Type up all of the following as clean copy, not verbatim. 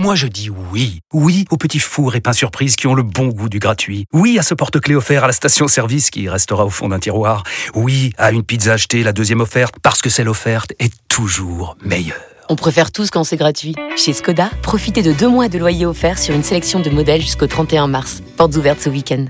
Moi je dis oui. Oui aux petits fours et pains surprises qui ont le bon goût du gratuit. Oui à ce porte-clés offert à la station-service qui restera au fond d'un tiroir. Oui à une pizza achetée, la deuxième offerte, parce que celle offerte est toujours meilleure. On préfère tous quand c'est gratuit. Chez Skoda, profitez de 2 mois de loyer offert sur une sélection de modèles jusqu'au 31 mars. Portes ouvertes ce week-end.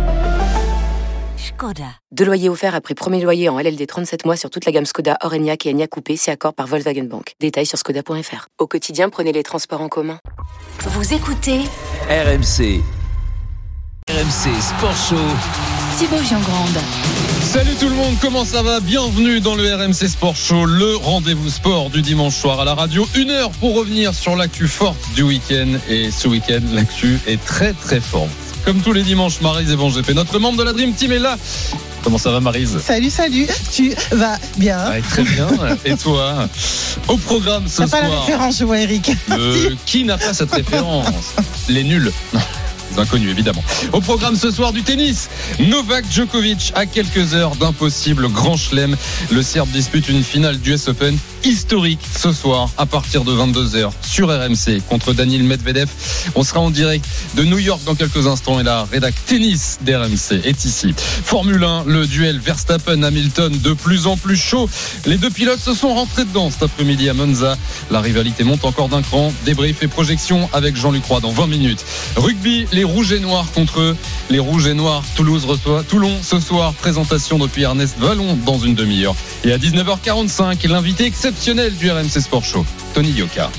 Skoda. 2 loyers offerts après premier loyer en LLD 37 mois sur toute la gamme Skoda, Orenia et Enyaq Coupé, c'est accord par Volkswagen Bank. Détails sur skoda.fr. Au quotidien, prenez les transports en commun. Vous écoutez RMC. RMC Sport Show. Thibaut Giangrande. Salut tout le monde, comment ça va ? Bienvenue dans le RMC Sport Show, le rendez-vous sport du dimanche soir à la radio. 1 heure pour revenir sur l'actu forte du week-end. Et ce week-end, l'actu est très très forte. Comme tous les dimanches, Maryse Evangépé, notre membre de la Dream Team, est là. Comment ça va, Maryse ? Salut, tu vas bien ? Ouais, très bien. Et toi ? Au programme ce soir. T'as pas la référence, je vois, Eric. Qui n'a pas cette référence ? Les nuls. Inconnus évidemment. Au programme ce soir du tennis, Novak Djokovic à quelques heures d'un possible grand chelem. Le Serbe dispute une finale du US Open historique ce soir à partir de 22h sur RMC contre Daniil Medvedev. On sera en direct de New York dans quelques instants et la rédac tennis d'RMC est ici. Formule 1, le duel Verstappen-Hamilton de plus en plus chaud. Les deux pilotes se sont rentrés dedans cet après-midi à Monza. La rivalité monte encore d'un cran. Débrief et projection avec Jean-Luc Roy dans 20 minutes. Rugby, les Rouges et Noirs contre les Rouges et Noirs. Toulouse reçoit Toulon ce soir. Présentation depuis Ernest Vallon dans une demi-heure. Et à 19h45, l'invité exceptionnel du RMC Sport Show, Tony Yoka.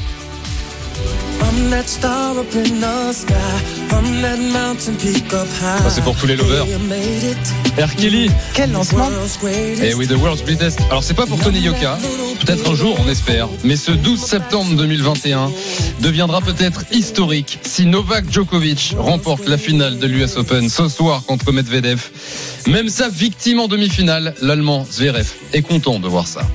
C'est pour tous les lovers. R. Kelly. Quel lancement. Et oui, The World's Greatest. Alors c'est pas pour Tony Yoka, peut-être un jour on espère, mais ce 12 septembre 2021 deviendra peut-être historique si Novak Djokovic remporte la finale de l'US Open ce soir contre Medvedev. Même sa victime en demi-finale, l'Allemand Zverev, est content de voir ça.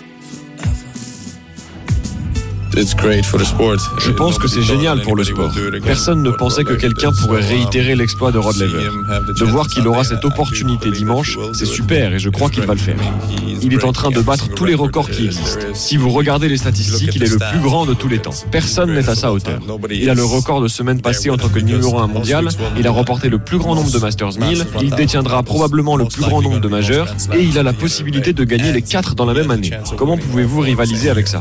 Je pense que c'est génial pour le sport. Personne ne pensait que quelqu'un pourrait réitérer l'exploit de Rod Laver. De voir qu'il aura cette opportunité dimanche, c'est super et je crois qu'il va le faire. Il est en train de battre tous les records qui existent. Si vous regardez les statistiques, il est le plus grand de tous les temps. Personne n'est à sa hauteur. Il a le record de semaine passée en tant que numéro 1 mondial. Il a remporté le plus grand nombre de Masters 1000. Il détiendra probablement le plus grand nombre de majeurs. Et il a la possibilité de gagner les 4 dans la même année. Comment pouvez-vous rivaliser avec ça ?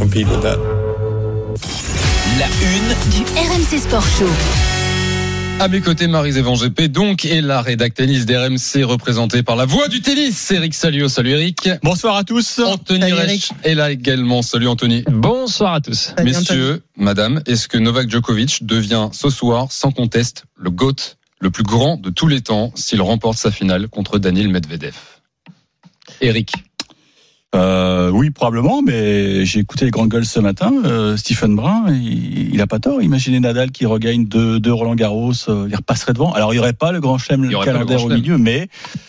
La une du RMC Sport Show. À mes côtés, Maryse Evangépé, donc, et la rédac tennis d'RMC représentée par la voix du tennis, Eric Salio. Salut Eric. Bonsoir à tous. Anthony Reich est là également. Salut Anthony. Bonsoir à tous. Salut, Messieurs, madame, est-ce que Novak Djokovic devient ce soir, sans conteste, le GOAT, le plus grand de tous les temps, s'il remporte sa finale contre Daniil Medvedev ? Eric. Oui, probablement, mais j'ai écouté les grandes gueules ce matin. Stephen Brun, il a pas tort. Imaginez Nadal qui regagne de Roland Garros, il repasserait devant. Alors, il n'y aurait pas le grand chelem, le calendaire au milieu, mais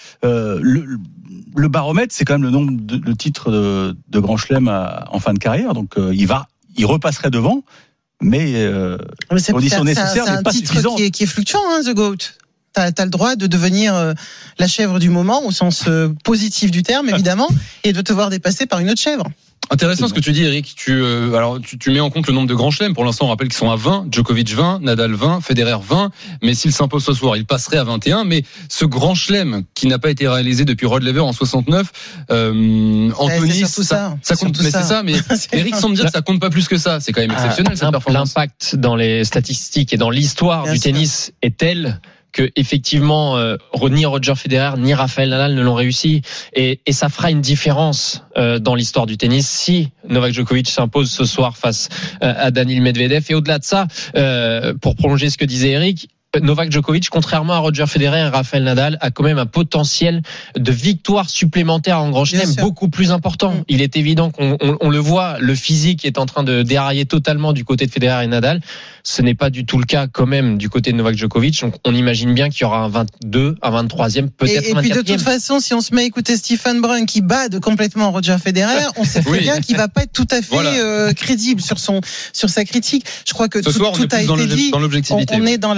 le baromètre, c'est quand même le nombre de titres de grand chelem en fin de carrière. Donc, il repasserait devant, mais conditions nécessaires n'est pas suffisant. C'est un titre qui est fluctuant, hein, The Goat. T'as le droit de devenir la chèvre du moment, au sens positif du terme, évidemment, et de te voir dépasser par une autre chèvre. Intéressant ce que tu dis, Eric. Tu mets en compte le nombre de grands chelems. Pour l'instant, on rappelle qu'ils sont à 20. Djokovic 20, Nadal 20, Federer 20. Mais s'il s'impose ce soir, il passerait à 21. Mais ce grand chelem qui n'a pas été réalisé depuis Rod Laver en 69, Anthony, ça compte. Mais c'est ça. Mais Eric semble dire que ça compte pas plus que ça. C'est quand même exceptionnel cette performance. L'impact dans les statistiques et dans l'histoire du tennis est tel que effectivement ni Roger Federer ni Rafael Nadal ne l'ont réussi et ça fera une différence dans l'histoire du tennis si Novak Djokovic s'impose ce soir face à Daniil Medvedev. Et au-delà de ça, pour prolonger ce que disait Eric, Novak Djokovic, contrairement à Roger Federer et Rafael Nadal, a quand même un potentiel de victoire supplémentaire en Grand Chelem beaucoup plus important. Il est évident qu'on le voit, le physique est en train de dérailler totalement du côté de Federer et Nadal. Ce n'est pas du tout le cas quand même du côté de Novak Djokovic. Donc on imagine bien qu'il y aura un 22, un 23e, peut-être un 24e. Et puis de toute façon, si on se met à écouter Stephen Brun qui bade complètement Roger Federer, on sait très bien qu'il va pas être tout à fait crédible sur sa critique. Je crois que ce soir, tout a été dit. Dans l'objectivité. On est dans la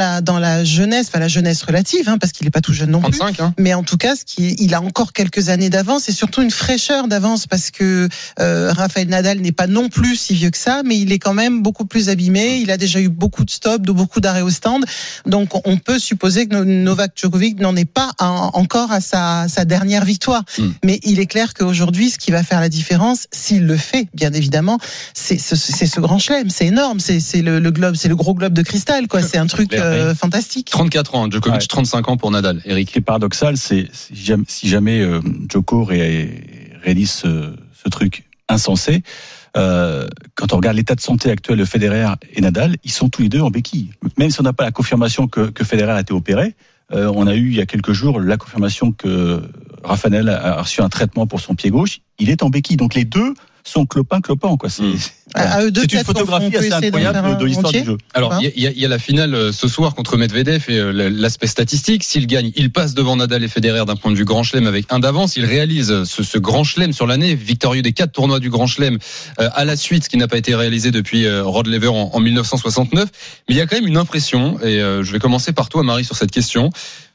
la jeunesse relative, parce qu'il est pas tout jeune non plus. 35, Mais en tout cas, il a encore quelques années d'avance et surtout une fraîcheur d'avance parce que Rafael Nadal n'est pas non plus si vieux que ça, mais il est quand même beaucoup plus abîmé. Il a déjà eu beaucoup de stops, beaucoup d'arrêts au stand. Donc, on peut supposer que Novak Djokovic n'en est pas encore à sa dernière victoire. Mais il est clair qu'aujourd'hui, ce qui va faire la différence, s'il le fait, bien évidemment, c'est ce grand chelem. C'est énorme. C'est le globe, c'est le gros globe de cristal, quoi. C'est un truc fantastique. 34 ans, Djokovic, 35 ans pour Nadal. Eric. Ce qui est paradoxal, c'est si jamais Djoko réalise ce truc insensé, quand on regarde l'état de santé actuel de Federer et Nadal, ils sont tous les deux en béquille. Même si on n'a pas la confirmation que Federer a été opéré, on a eu il y a quelques jours la confirmation que Rafa Nadal a reçu un traitement pour son pied gauche. Il est en béquille. Donc les deux sont clopin, quoi. C'est une photographie assez incroyable de l'histoire du jeu. Alors, il y a la finale ce soir contre Medvedev et l'aspect statistique. S'il gagne, il passe devant Nadal et Federer d'un point de vue Grand Chelem avec un d'avance. Il réalise ce Grand Chelem sur l'année, victorieux des 4 tournois du Grand Chelem à la suite, ce qui n'a pas été réalisé depuis Rod Laver en 1969. Mais il y a quand même une impression, et je vais commencer par toi, Marie, sur cette question,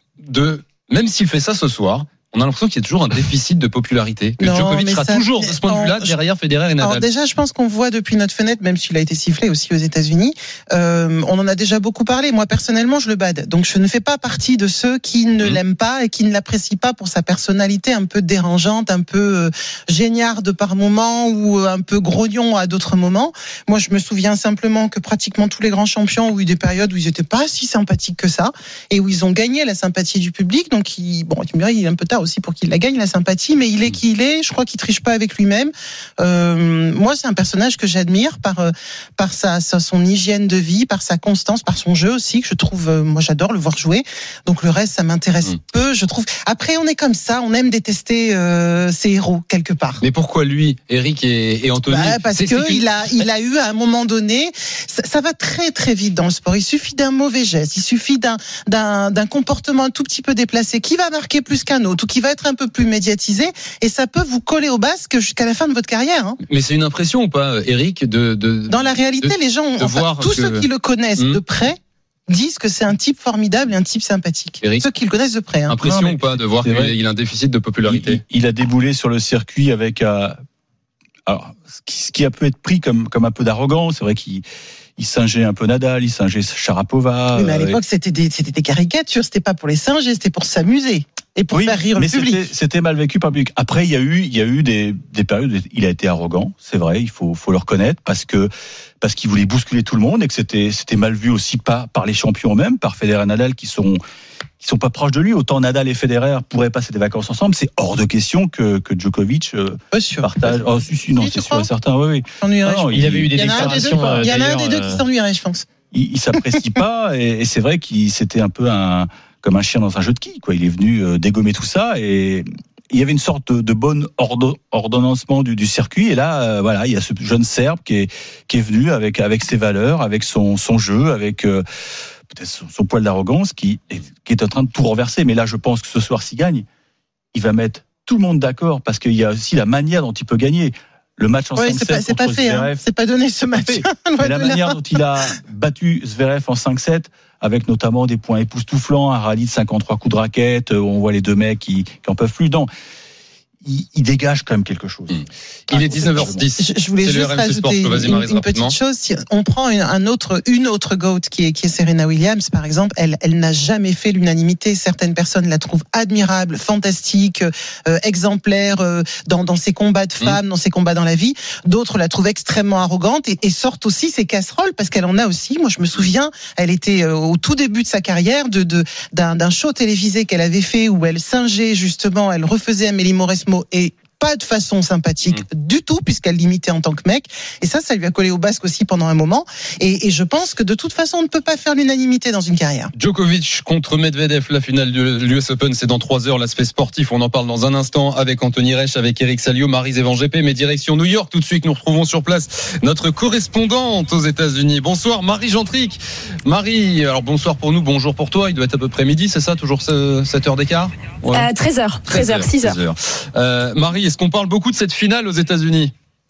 même s'il fait ça ce soir, on a l'impression qu'il y a toujours un déficit de popularité. Que Djokovic sera toujours, de ce point de vue-là, derrière Federer et Nadal. Alors déjà, je pense qu'on voit depuis notre fenêtre, même s'il a été sifflé aussi aux États-Unis, on en a déjà beaucoup parlé. Moi, personnellement, je le bade. Donc, je ne fais pas partie de ceux qui ne l'aiment pas et qui ne l'apprécient pas pour sa personnalité un peu dérangeante, un peu géniarde par moments ou un peu grognon à d'autres moments. Moi, je me souviens simplement que pratiquement tous les grands champions ont eu des périodes où ils n'étaient pas si sympathiques que ça et où ils ont gagné la sympathie du public. Donc, il est un peu tard aussi pour qu'il la gagne, la sympathie, mais il est qui il est. Je crois qu'il triche pas avec lui-même. Moi, c'est un personnage que j'admire par son hygiène de vie, par sa constance, par son jeu aussi, que je trouve, moi j'adore le voir jouer. Donc le reste, ça m'intéresse peu, je trouve. Après, on est comme ça, on aime détester ses héros quelque part. Mais pourquoi lui, Eric et Anthony? Parce qu'il a eu à un moment donné, ça va très très vite dans le sport. Il suffit d'un mauvais geste, il suffit d'un comportement un tout petit peu déplacé qui va marquer plus qu'un autre ou qui va être un peu plus médiatisé et ça peut vous coller au basque jusqu'à la fin de votre carrière. Mais c'est une impression ou pas, Eric, dans la réalité, les gens, tous ceux qui le connaissent de près disent que c'est un type formidable et un type sympathique. Eric, ceux qui le connaissent de près. Impression ou pas de voir qu'il a un déficit de popularité? Il a déboulé sur le circuit avec alors ce qui a pu être pris comme un peu d'arrogance. C'est vrai qu'il singeait un peu Nadal, il singeait Sharapova. Oui, mais à l'époque, c'était des caricatures, c'était pas pour les singer, c'était pour s'amuser. Et pour faire rire le public. C'était mal vécu par le public. Après, il y a eu des périodes où il a été arrogant, c'est vrai, il faut le reconnaître, parce qu'il voulait bousculer tout le monde et que c'était mal vu aussi par les champions eux-mêmes, par Federer et Nadal qui sont pas proches de lui. Autant Nadal et Federer pourraient passer des vacances ensemble, c'est hors de question que Djokovic partage. Oh, non, c'est sûr et certain. Oui. Il avait eu des déclarations. Il y en a un des deux qui s'ennuierait, je pense. Il s'apprécie pas et c'est vrai qu'il c'était un peu comme un chien dans un jeu de quilles, quoi. Il est venu dégommer tout ça et il y avait une sorte de bon ordonnancement du circuit. Et là, voilà, il y a ce jeune Serbe qui est venu avec ses valeurs, avec son jeu, avec peut-être son poil d'arrogance qui est en train de tout renverser. Mais là, je pense que ce soir, s'il gagne, il va mettre tout le monde d'accord parce qu'il y a aussi la manière dont il peut gagner. Le match en 5-7 c'est pas fait, Zverev, c'est pas donné ce match. Mais la manière dont il a battu Zverev en 5-7, avec notamment des points époustouflants, un rallye de 53 coups de raquette, où on voit les deux mecs qui en peuvent plus. Non, il dégage quand même quelque chose. Il est 19h10. Je voulais juste rajouter une petite chose. Si on prend une autre GOAT qui est Serena Williams, par exemple, elle n'a jamais fait l'unanimité. Certaines personnes la trouvent admirable, fantastique, exemplaire dans ses combats de femmes, dans ses combats dans la vie. D'autres la trouvent extrêmement arrogante et sortent aussi ses casseroles parce qu'elle en a aussi. Moi, je me souviens, elle était au tout début de sa carrière d'un show télévisé qu'elle avait fait où elle singeait justement, elle refaisait Amélie Mauresmo et pas de façon sympathique du tout puisqu'elle l'imitait en tant que mec et ça lui a collé au basque aussi pendant un moment et je pense que de toute façon on ne peut pas faire l'unanimité dans une carrière. Djokovic contre Medvedev, la finale de l'US Open, c'est dans 3 heures. L'aspect sportif, on en parle dans un instant avec Anthony Reich, avec Eric Salio, Maryse Evan GP, mais direction New York tout de suite. Nous retrouvons sur place notre correspondante aux États-Unis. Bonsoir Marie Gentric. Marie, alors bonsoir pour nous, bonjour pour toi. Il doit être à peu près midi, c'est ça, toujours 7 heures d'écart? 13h, 6h. Marie, est-ce qu'on parle beaucoup de cette finale aux États-Unis?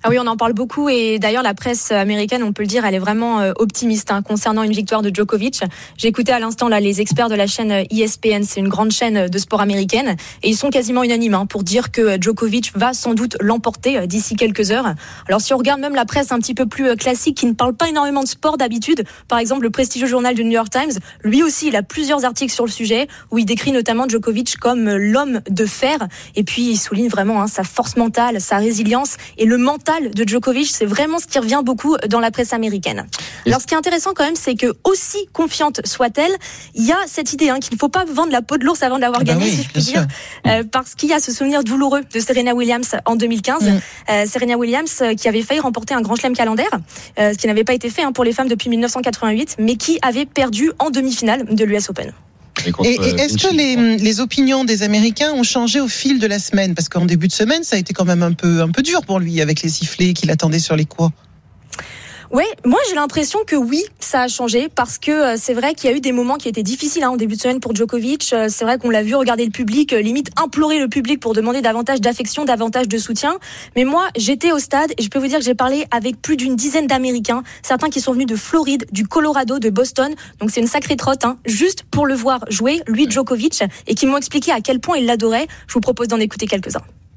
Ah oui, on en parle beaucoup et d'ailleurs la presse américaine, on peut le dire, elle est vraiment optimiste concernant une victoire de Djokovic. J'ai écouté à l'instant là les experts de la chaîne ESPN, c'est une grande chaîne de sport américaine, et ils sont quasiment unanimes pour dire que Djokovic va sans doute l'emporter d'ici quelques heures. Alors si on regarde même la presse un petit peu plus classique qui ne parle pas énormément de sport d'habitude, par exemple le prestigieux journal du New York Times, lui aussi il a plusieurs articles sur le sujet où il décrit notamment Djokovic comme l'homme de fer, et puis il souligne vraiment sa force mentale, sa résilience et le mental de Djokovic, c'est vraiment ce qui revient beaucoup dans la presse américaine. Alors ce qui est intéressant quand même, c'est que aussi confiante soit-elle, il y a cette idée qu'il ne faut pas vendre la peau de l'ours avant de l'avoir gagné, si je puis dire, parce qu'il y a ce souvenir douloureux de Serena Williams en 2015. Serena Williams qui avait failli remporter un grand chelem calendaire, ce qui n'avait pas été fait pour les femmes depuis 1988, mais qui avait perdu en demi-finale de l'US Open. Et est-ce que les opinions des Américains ont changé au fil de la semaine ? Parce qu'en début de semaine, ça a été quand même un peu dur pour lui avec les sifflets qu'il attendait sur les courts. Ouais, moi j'ai l'impression que oui, ça a changé parce que c'est vrai qu'il y a eu des moments qui étaient difficiles en début de semaine pour Djokovic. C'est vrai qu'on l'a vu regarder le public, limite implorer le public pour demander davantage d'affection, davantage de soutien. Mais moi, j'étais au stade et je peux vous dire que j'ai parlé avec plus d'une dizaine d'Américains, certains qui sont venus de Floride, du Colorado, de Boston. Donc c'est une sacrée trotte, juste pour le voir jouer, lui Djokovic, et qui m'ont expliqué à quel point il l'adorait. Je vous propose d'en écouter quelques-uns.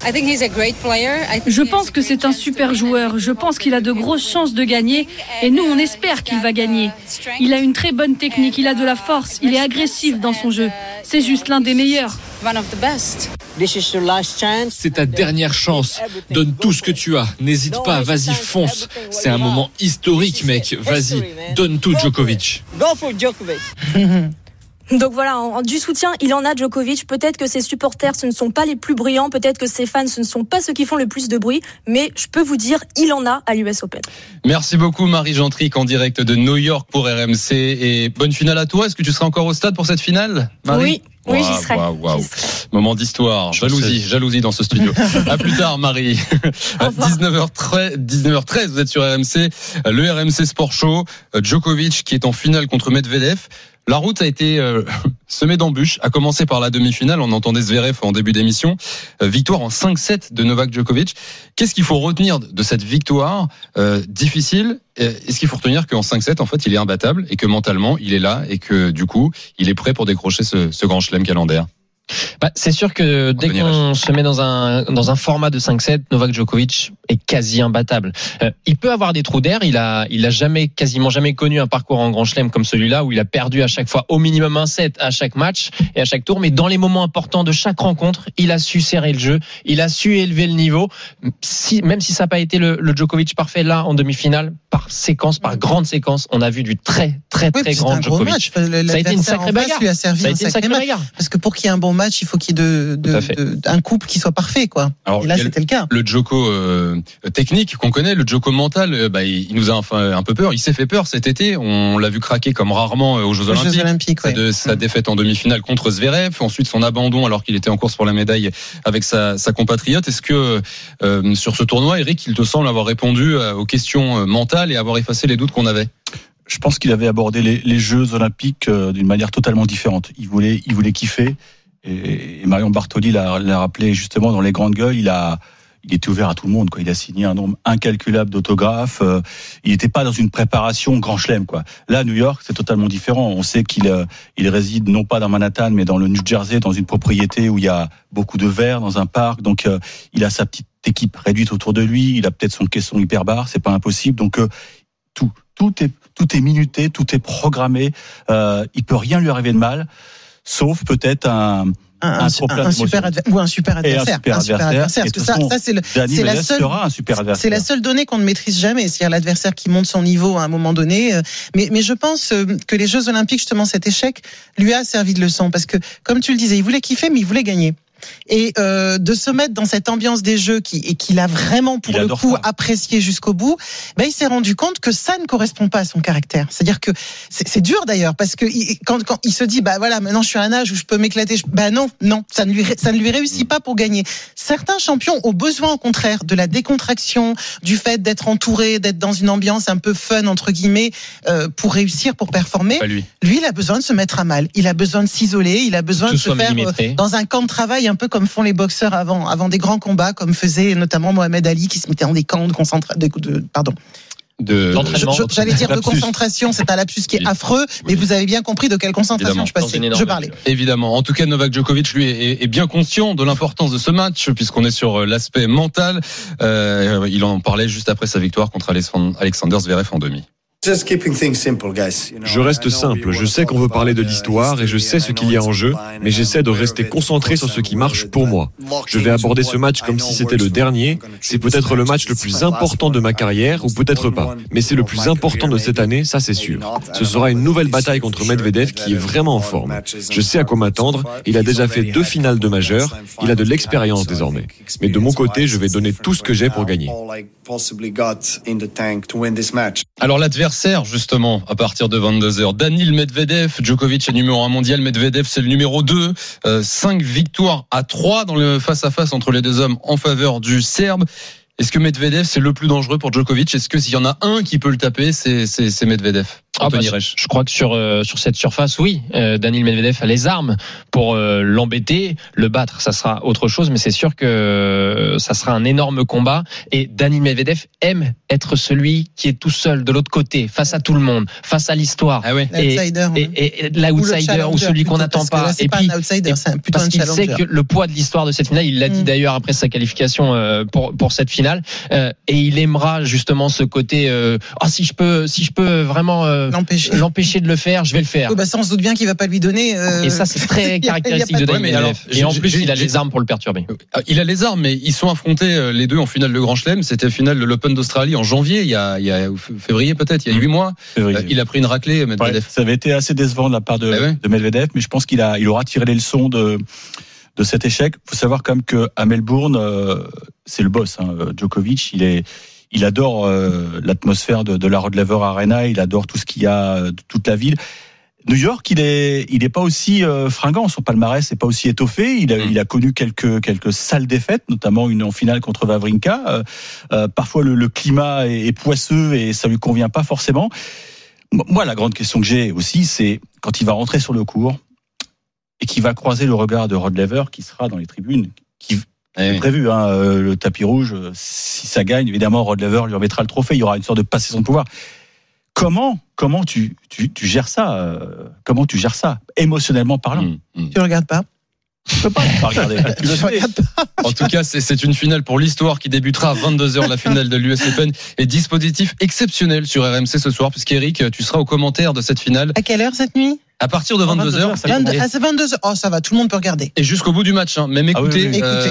Je pense que c'est un super joueur. Je pense qu'il a de grosses chances de gagner et nous, on espère qu'il va gagner. Il a une très bonne technique, il a de la force, il est agressif dans son jeu. C'est juste l'un des meilleurs. C'est ta dernière chance. Donne tout ce que tu as. N'hésite pas, vas-y, fonce. C'est un moment historique, mec. Vas-y, donne tout, Djokovic. Donc voilà, du soutien, il en a Djokovic. Peut-être que ses supporters, ce ne sont pas les plus bruyants. Peut-être que ses fans, ce ne sont pas ceux qui font le plus de bruit. Mais je peux vous dire, il en a à l'US Open. Merci beaucoup Marie Gentric en direct de New York pour RMC. Et bonne finale à toi. Est-ce que tu seras encore au stade pour cette finale, Marie ? Oui, j'y serai. Moment d'histoire. Jalousie dans ce studio. À plus tard, Marie. À 19h13, vous êtes sur RMC. Le RMC Sport Show. Djokovic qui est en finale contre Medvedev. La route a été semée d'embûches, à commencer par la demi-finale. On entendait Zverev en début d'émission. Victoire en 5-7 de Novak Djokovic. Qu'est-ce qu'il faut retenir de cette victoire difficile ? Est-ce qu'il faut retenir qu'en 5-7, en fait, il est imbattable et que mentalement, il est là et que du coup, il est prêt pour décrocher ce grand chelem calendaire ? C'est sûr que dès qu'on se met dans un format de 5-7, Novak Djokovic est quasi imbattable. Il peut avoir des trous d'air. Il a quasiment jamais connu un parcours en grand chelem comme celui-là où il a perdu à chaque fois au minimum un set à chaque match et à chaque tour. Mais dans les moments importants de chaque rencontre, il a su serrer le jeu. Il a su élever le niveau. Même si ça n'a pas été le Djokovic parfait là en demi-finale, par grande séquence, on a vu du très grand Djokovic. Ça a été une sacrée bagarre. Parce que pour qu'il y ait un bon match, il faut qu'il y ait un couple qui soit parfait, quoi. Alors, et là, c'était le cas. Le Djoko technique qu'on connaît, le Djoko mental, il nous a un peu peur. Il s'est fait peur cet été. On l'a vu craquer comme rarement aux Jeux Olympiques. Sa défaite en demi-finale contre Zverev, ensuite son abandon alors qu'il était en course pour la médaille avec sa compatriote. Est-ce que sur ce tournoi, Eric, il te semble avoir répondu aux questions mentales et avoir effacé les doutes qu'on avait ? Je pense qu'il avait abordé les Jeux Olympiques d'une manière totalement différente. Il voulait kiffer. Et Marion Bartoli l'a rappelé justement dans les grandes gueules, il était ouvert à tout le monde, quoi. Il a signé un nombre incalculable d'autographes. Il n'était pas dans une préparation grand chelem, quoi. Là, à New York, c'est totalement différent. On sait qu'il réside non pas dans Manhattan, mais dans le New Jersey, dans une propriété où il y a beaucoup de verre, dans un parc. Donc, il a sa petite équipe réduite autour de lui. Il a peut-être son caisson hyperbar. C'est pas impossible. Donc, tout est minuté, tout est programmé. Il peut rien lui arriver de mal, sauf peut-être un super adversaire. Parce que ça c'est la seule donnée qu'on ne maîtrise jamais, c'est-à-dire l'adversaire qui monte son niveau à un moment donné. Mais je pense que les Jeux Olympiques, justement, cet échec lui a servi de leçon, parce que, comme tu le disais, il voulait kiffer, mais il voulait gagner. Et de se mettre dans cette ambiance des Jeux qu'il a vraiment pour le coup apprécié jusqu'au bout, il s'est rendu compte que ça ne correspond pas à son caractère. C'est-à-dire que c'est dur d'ailleurs, parce que quand il se dit maintenant je suis à un âge où je peux m'éclater, non, ça ne lui réussit pas pour gagner. Certains champions ont besoin au contraire de la décontraction, du fait d'être entouré, d'être dans une ambiance un peu fun entre guillemets pour réussir, pour performer. Lui, il a besoin de se mettre à mal, il a besoin de s'isoler, il a besoin de se faire dans un camp de travail travaillent un peu comme font les boxeurs avant des grands combats, comme faisait notamment Mohamed Ali, qui se mettait dans des camps de j'allais dire de concentration, c'est un lapsus qui est affreux, mais vous avez bien compris de quelle concentration je parlais. Évidemment. En tout cas, Novak Djokovic, lui, est bien conscient de l'importance de ce match, puisqu'on est sur l'aspect mental. Il en parlait juste après sa victoire contre Alexander Zverev en demi. Je reste simple, je sais qu'on veut parler de l'histoire et je sais ce qu'il y a en jeu, mais j'essaie de rester concentré sur ce qui marche pour moi. Je vais aborder ce match comme si c'était le dernier, c'est peut-être le match le plus important de ma carrière ou peut-être pas, mais c'est le plus important de cette année, ça c'est sûr. Ce sera une nouvelle bataille contre Medvedev qui est vraiment en forme. Je sais à quoi m'attendre, il a déjà fait 2 finales de majeur, il a de l'expérience désormais. Mais de mon côté, je vais donner tout ce que j'ai pour gagner. Alors l'adversaire, justement, à partir de 22h, Daniil Medvedev. Djokovic est numéro 1 mondial, Medvedev c'est le numéro 2. 5 victoires à 3 dans le face-à-face entre les deux hommes en faveur du Serbe. Est-ce que Medvedev c'est le plus dangereux pour Djokovic? Est-ce que s'il y en a un qui peut le taper, c'est Medvedev? Anthony Reich. Je crois que sur cette surface, oui, Daniil Medvedev a les armes pour l'embêter, le battre. Ça sera autre chose, mais c'est sûr que ça sera un énorme combat. Et Daniil Medvedev aime être celui qui est tout seul de l'autre côté, face à tout le monde, face à l'histoire. Ah ouais. Et l'outsider ou celui qu'on n'attend pas. Et puis, un outsider, c'est plutôt parce un qu'il challenger. sait que le poids de l'histoire de cette finale, il l'a dit d'ailleurs après sa qualification pour cette finale, et il aimera justement ce côté. Si je peux vraiment l'empêcher de le faire, je vais le faire. Ça on se doute bien qu'il va pas lui donner. Et ça c'est très caractéristique de Daniil Medvedev. Et en plus il a les armes pour le perturber. Il a les armes, mais ils sont affrontés les deux en finale de Grand Chelem. C'était la finale de l'Open d'Australie en janvier, il y a février peut-être, il y a 8 mois. Il a pris une raclée, Medvedev. Ça avait été assez décevant de la part de Medvedev, mais je pense qu'il aura tiré les leçons de cet échec. Il faut savoir quand même qu'à Melbourne, c'est le boss. Djokovic, il adore l'atmosphère de la Rod Laver Arena, il adore tout ce qu'il y a, toute la ville. New York, il est pas aussi fringant, son palmarès n'est pas aussi étoffé. Il a connu quelques sales défaites, notamment une en finale contre Wawrinka. Parfois le climat est poisseux et ça lui convient pas forcément. Moi, la grande question que j'ai aussi, c'est quand il va rentrer sur le court et qu'il va croiser le regard de Rod Laver qui sera dans les tribunes, qui est prévu, le tapis rouge. Si ça gagne, évidemment, Rod Laver lui remettra le trophée. Il y aura une sorte de passation de pouvoir. Comment tu gères ça? Comment tu gères ça émotionnellement parlant? Tu le regardes pas? Tu peux pas regarder. Tu le regardes pas. En tout cas, c'est une finale pour l'histoire qui débutera à 22h, la finale de l'US Open. Et dispositif exceptionnel sur RMC ce soir, puisqu'Eric, tu seras au commentaire de cette finale. À quelle heure cette nuit? À partir de 22h. C'est 22h. Oh, ça va, tout le monde peut regarder. Et jusqu'au bout du match, même écoutez,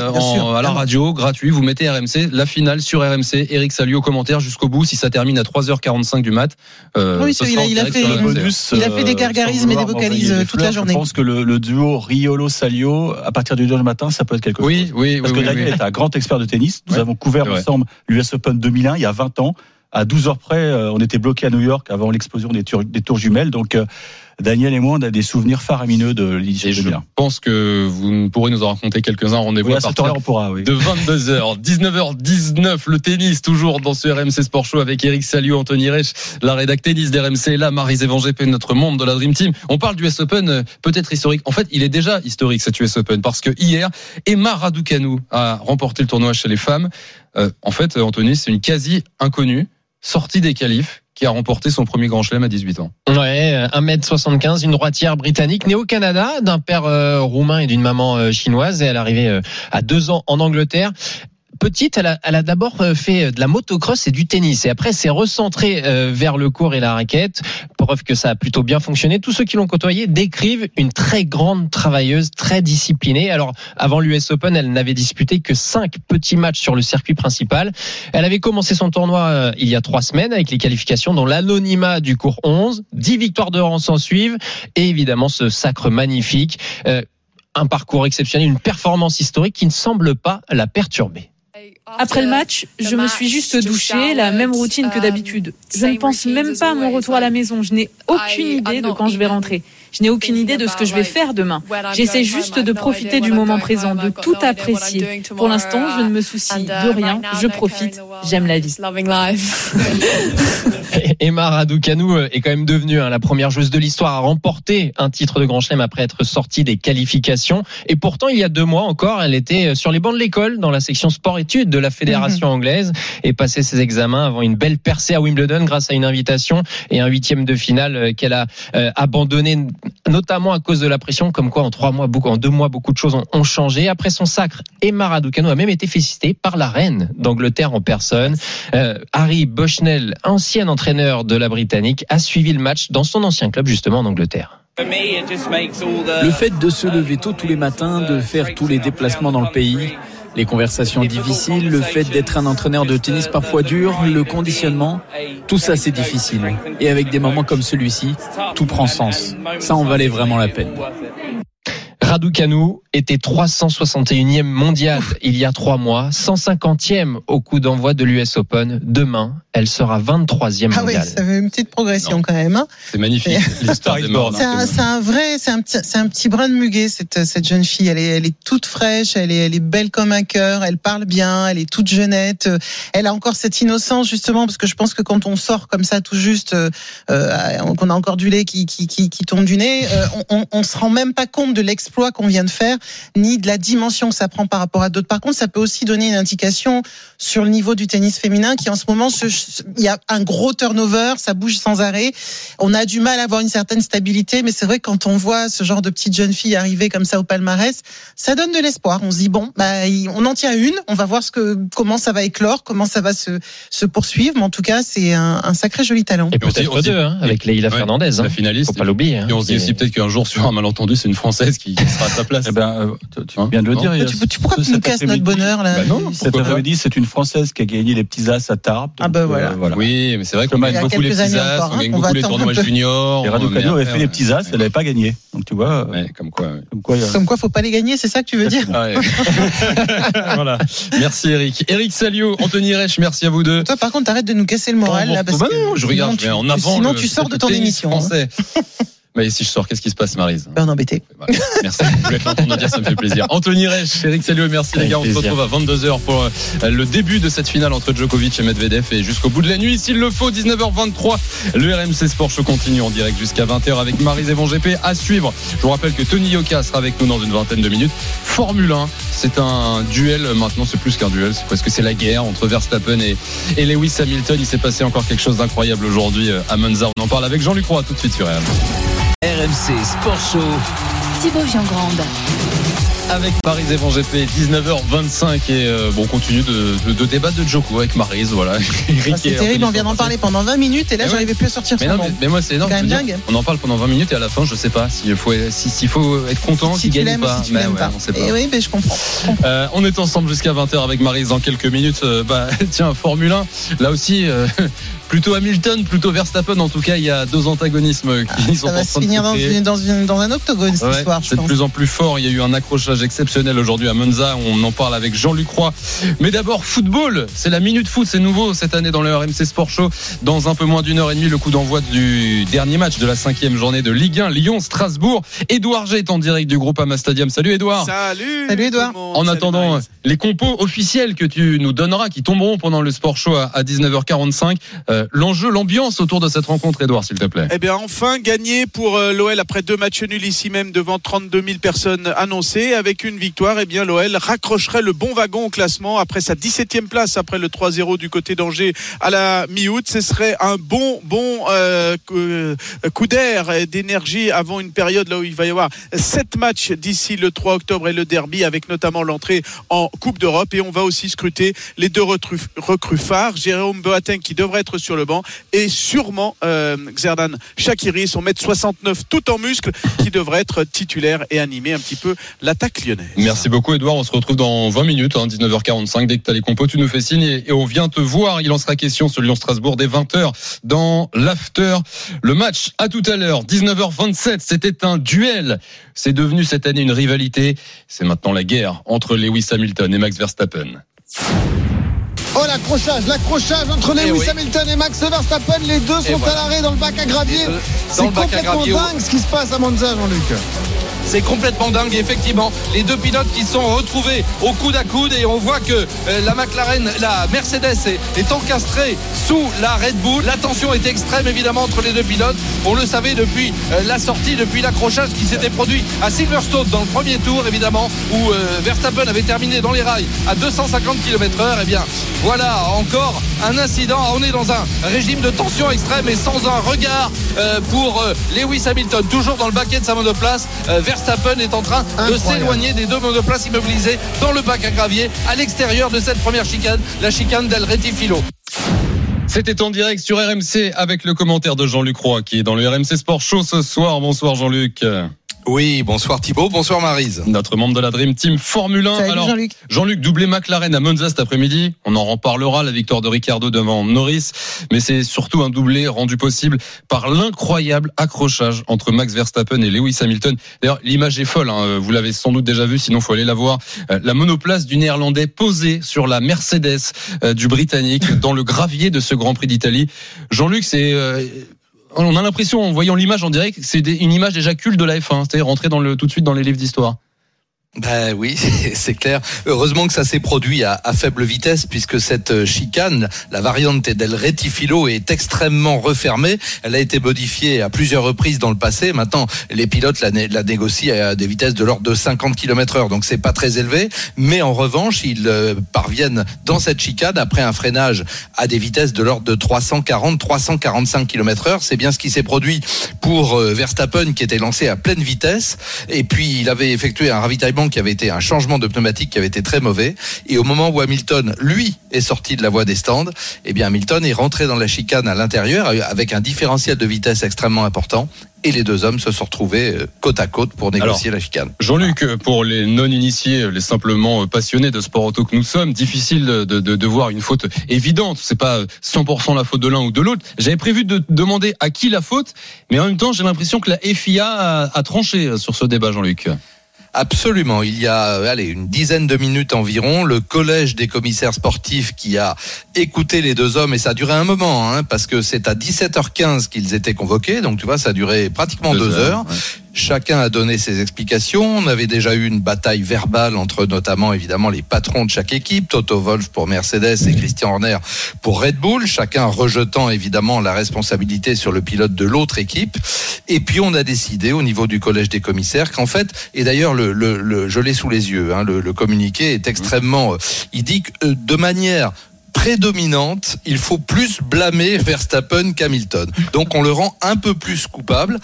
à la radio, gratuit, vous mettez RMC, la finale sur RMC, Eric Salio au commentaire jusqu'au bout, si ça termine à 3h45 du mat. Oui, il a fait des gargarismes et des vocalises toute la journée. Je pense que le duo Riolo-Salio, à partir du 2h du matin, ça peut être quelque chose. Oui. Parce que Daniel est un grand expert de tennis. Nous avons couvert ensemble l'US Open 2001, il y a 20 ans. À 12 heures près, on était bloqués à New York avant l'explosion des tours jumelles. Donc, Daniel et moi, on a des souvenirs faramineux de l'édition 2001. Je pense que vous pourrez nous en raconter quelques-uns. Rendez-vous à partir de 22h. 19h19, le tennis, toujours dans ce RMC Sport Show avec Eric Salio, Anthony Reich, la rédac tennis d'RMC, là, Marie-Zévan Gépé, notre membre de la Dream Team. On parle du US Open, peut-être historique. En fait, il est déjà historique, cet US Open, parce que hier, Emma Raducanu a remporté le tournoi chez les femmes. En fait, Anthony, c'est une quasi inconnue, sortie des qualifs, qui a remporté son premier grand chelem à 18 ans. Ouais, 1m75, une droitière britannique, née au Canada, d'un père roumain et d'une maman chinoise, et elle est arrivée à 2 ans en Angleterre. Petite, elle a d'abord fait de la motocross et du tennis, et après s'est recentrée vers le court et la raquette. Preuve que ça a plutôt bien fonctionné. Tous ceux qui l'ont côtoyée décrivent une très grande travailleuse, très disciplinée. Alors, avant l'US Open, elle n'avait disputé que 5 petits matchs sur le circuit principal. Elle avait commencé son tournoi il y a 3 semaines avec les qualifications dans l'anonymat du cours 11. 10 victoires de rang s'en suivent, et évidemment ce sacre magnifique. Un parcours exceptionnel, une performance historique qui ne semble pas la perturber. Après le match, je me suis juste douchée, la même routine que d'habitude. Je ne pense même pas à mon retour à la maison. Je n'ai aucune idée de quand je vais rentrer. Je n'ai aucune idée de ce que je vais faire demain. J'essaie juste de profiter du moment présent, de tout apprécier. Pour l'instant, je ne me soucie de rien. Je profite. J'aime la vie. Emma Raducanu est quand même devenue la première joueuse de l'histoire à remporter un titre de Grand Chelem après être sortie des qualifications. Et pourtant, il y a 2 mois encore, elle était sur les bancs de l'école dans la section sport-études de la fédération anglaise et passait ses examens avant une belle percée à Wimbledon grâce à une invitation et un 8e de finale qu'elle a abandonné, notamment à cause de la pression. Comme quoi, en 2 mois, beaucoup de choses ont changé. Après son sacre, Emma Raducanu a même été félicitée par la reine d'Angleterre en personne. Harry Bushnell, ancien entraîneur de la Britannique, a suivi le match dans son ancien club justement en Angleterre. Le fait de se lever tôt tous les matins, de faire tous les déplacements dans le pays, les conversations difficiles, le fait d'être un entraîneur de tennis parfois dur, le conditionnement, tout ça c'est difficile. Et avec des moments comme celui-ci, tout prend sens. Ça en valait vraiment la peine. Raducanu était 361e mondial il y a 3 mois, 150e au coup d'envoi de l'US Open. Demain, elle sera 23e mondiale. Ah oui, ça fait une petite progression quand même. C'est magnifique, l'histoire des morts. C'est un petit brin de muguet cette jeune fille. Elle est toute fraîche, elle est belle comme un cœur, elle parle bien, elle est toute jeunette. Elle a encore cette innocence justement parce que je pense que quand on sort comme ça tout juste, qu'on a encore du lait qui tombe du nez, on se rend même pas compte de l'exploit qu'on vient de faire, ni de la dimension que ça prend par rapport à d'autres. Par contre, ça peut aussi donner une indication sur le niveau du tennis féminin qui en ce moment, il y a un gros turnover, ça bouge sans arrêt. On a du mal à avoir une certaine stabilité, mais c'est vrai que quand on voit ce genre de petite jeune fille arriver comme ça au palmarès, ça donne de l'espoir. On se dit bon, on en tient une, on va voir comment ça va éclore, comment ça va se poursuivre, mais en tout cas, c'est un sacré joli talent. Et peut-être deux, avec Leila Fernandez, la finaliste. Faut pas l'oublier. Et on se dit aussi peut-être qu'un jour, sur un malentendu, c'est une Française qui sera à sa place. Tu viens de le dire. Pourquoi tu nous casses notre bonheur là? Non, cet après-midi, c'est une Française qui a gagné les petits as à Tarbes. Voilà. Oui, mais c'est vrai qu'on gagne beaucoup les petits as, on gagne beaucoup les tournois juniors. Et Raducanu avait fait les petits as, elle n'avait pas gagné. Donc tu vois. Comme quoi, faut pas les gagner, c'est ça que tu veux dire? Voilà. Merci Eric. Eric Salio, Anthony Reich, merci à vous deux. Toi, par contre, arrête de nous casser le moral là, parce que je regarde en avant. Sinon, tu sors de ton émission. Mais si je sors, qu'est-ce qui se passe, Maryse? On est embêté. Merci. Vous voulez l'entendre me dire, ça me fait plaisir. Anthony Reich, Eric Salio, merci les gars. On se retrouve à 22h pour le début de cette finale entre Djokovic et Medvedev et jusqu'au bout de la nuit, s'il le faut, 19h23. Le RMC Sport Show continue en direct jusqu'à 20h avec Maryse et Von GP à suivre. Je vous rappelle que Tony Yoka sera avec nous dans une vingtaine de minutes. Formule 1, c'est un duel. Maintenant, c'est plus qu'un duel. C'est parce que c'est la guerre entre Verstappen et Lewis Hamilton. Il s'est passé encore quelque chose d'incroyable aujourd'hui à Monza. On en parle avec Jean-Luc Roy tout de suite sur RMC. RMC Sport Show. Thibaut Jean-Grande. Avec Maryse et Von GP, 19h25 et on continue de débattre de Djoko avec Maryse, voilà. C'est terrible, on vient d'en parler pendant 20 minutes et là j'arrivais plus à sortir son nom. Mais moi c'est énorme. C'est quand même dingue. On en parle pendant 20 minutes et à la fin je sais pas s'il faut être content, si tu l'aimes ou si tu l'aimes pas. On sait pas. Et oui, mais je comprends. On est ensemble jusqu'à 20h avec Maryse dans quelques minutes. Tiens, Formule 1, là aussi plutôt Hamilton, plutôt Verstappen. En tout cas, il y a 2 antagonismes qui sont en train de se finir dans un octogone cette histoire. C'est de plus en plus fort. Il y a eu un accrochage exceptionnel aujourd'hui à Monza. On en parle avec Jean-Luc Roy. Mais d'abord, football. C'est la Minute Foot. C'est nouveau cette année dans le RMC Sport Show. Dans un peu moins d'1h30, le coup d'envoi du dernier match de la 5e journée de Ligue 1, Lyon-Strasbourg. Édouard G est en direct du Groupama Stadium. Salut Édouard. Salut Édouard. En attendant les compos officiels que tu nous donneras, qui tomberont pendant le Sport Show à 19h45, l'enjeu, l'ambiance autour de cette rencontre, Édouard, s'il te plaît. Eh bien, enfin gagné pour l'OL après 2 matchs nuls ici même devant 32 000 personnes annoncées. Avec une victoire, eh bien, l'OL raccrocherait le bon wagon au classement après sa 17e place après le 3-0 du côté d'Angers à la mi-août. Ce serait un bon coup d'air et d'énergie avant une période là où il va y avoir 7 matchs d'ici le 3 octobre et le derby avec notamment l'entrée en Coupe d'Europe. Et on va aussi scruter les 2 recrues phares, Jérôme Boateng qui devrait être sur le banc et sûrement Xherdan Shaqiri, son 1m69 tout en muscle, qui devrait être titulaire et animer un petit peu l'attaque lyonnaise. Merci beaucoup Édouard, on se retrouve dans 20 minutes, 19h45, dès que tu as les compos tu nous fais signe et on vient te voir. Il en sera question sur Lyon-Strasbourg dès 20h dans l'after. Le match à tout à l'heure, 19h27, c'était un duel, c'est devenu cette année une rivalité, c'est maintenant la guerre entre Lewis Hamilton et Max Verstappen. Oh, l'accrochage entre Lewis Hamilton et Max Verstappen. Les deux sont à l'arrêt dans le bac à gravier. C'est complètement dingue ce qui se passe à Monza, Jean-Luc. C'est complètement dingue. Effectivement, les deux pilotes qui sont retrouvés au coude à coude et on voit que la Mercedes est encastrée sous la Red Bull. La tension est extrême évidemment entre les deux pilotes. On le savait depuis la sortie, depuis l'accrochage qui s'était produit à Silverstone dans le premier tour évidemment où Verstappen avait terminé dans les rails à 250 km/h. Et bien voilà encore un incident. On est dans un régime de tension extrême et sans un regard pour Lewis Hamilton, toujours dans le baquet de sa monoplace. Verstappen est en train de s'éloigner des deux monoplaces immobilisées dans le bac à gravier à l'extérieur de cette première chicane, la chicane d'El Retifilo. C'était en direct sur RMC avec le commentaire de Jean-Luc Roy qui est dans le RMC Sport Show ce soir. Bonsoir Jean-Luc. Oui, bonsoir Thibaut, bonsoir Maryse. Notre membre de la Dream Team Formule 1. Salut, alors, Jean-Luc, doublé McLaren à Monza cet après-midi. On en reparlera, la victoire de Ricciardo devant Norris. Mais c'est surtout un doublé rendu possible par l'incroyable accrochage entre Max Verstappen et Lewis Hamilton. D'ailleurs, l'image est folle, hein. Vous l'avez sans doute déjà vu, sinon faut aller la voir. La monoplace du Néerlandais posée sur la Mercedes du Britannique dans le gravier de ce Grand Prix d'Italie. Jean-Luc, c'est... on a l'impression, en voyant l'image en direct, que c'est une image déjà culte de la F1, c'est-à-dire rentrer tout de suite dans les livres d'histoire. Ben oui, c'est clair. Heureusement que ça s'est produit à faible vitesse puisque cette chicane, la variante d'El Retifilo, est extrêmement refermée. Elle a été modifiée à plusieurs reprises dans le passé. Maintenant, les pilotes la négocient à des vitesses de l'ordre de 50 km/h, donc c'est pas très élevé. Mais en revanche, ils parviennent dans cette chicane après un freinage à des vitesses de l'ordre de 340-345 km/h. C'est bien ce qui s'est produit pour Verstappen qui était lancé à pleine vitesse. Et puis, il avait effectué un ravitaillement qui avait été un changement de pneumatique qui avait été très mauvais. Et au moment où Hamilton, lui, est sorti de la voie des stands, eh bien Hamilton est rentré dans la chicane à l'intérieur avec un différentiel de vitesse extrêmement important. Et les deux hommes se sont retrouvés côte à côte pour négocier la chicane. Jean-Luc, pour les non-initiés, les simplement passionnés de sport auto que nous sommes, difficile de voir une faute évidente. C'est pas 100% la faute de l'un ou de l'autre. J'avais prévu de demander à qui la faute, mais en même temps, j'ai l'impression que la FIA a tranché sur ce débat, Jean-Luc. Absolument. Il y a une dizaine de minutes environ, le collège des commissaires sportifs qui a écouté les deux hommes, et ça a duré un moment, parce que c'est à 17h15 qu'ils étaient convoqués, donc tu vois, ça a duré pratiquement 2 heures. Ouais. Chacun a donné ses explications. On avait déjà eu une bataille verbale entre notamment évidemment les patrons de chaque équipe, Toto Wolff pour Mercedes et Christian Horner pour Red Bull, chacun rejetant évidemment la responsabilité sur le pilote de l'autre équipe. Et puis on a décidé au niveau du collège des commissaires qu'en fait, et d'ailleurs je l'ai sous les yeux, le communiqué est extrêmement, il dit que de manière prédominante, il faut plus blâmer Verstappen qu'Hamilton. Donc on le rend un peu plus coupable.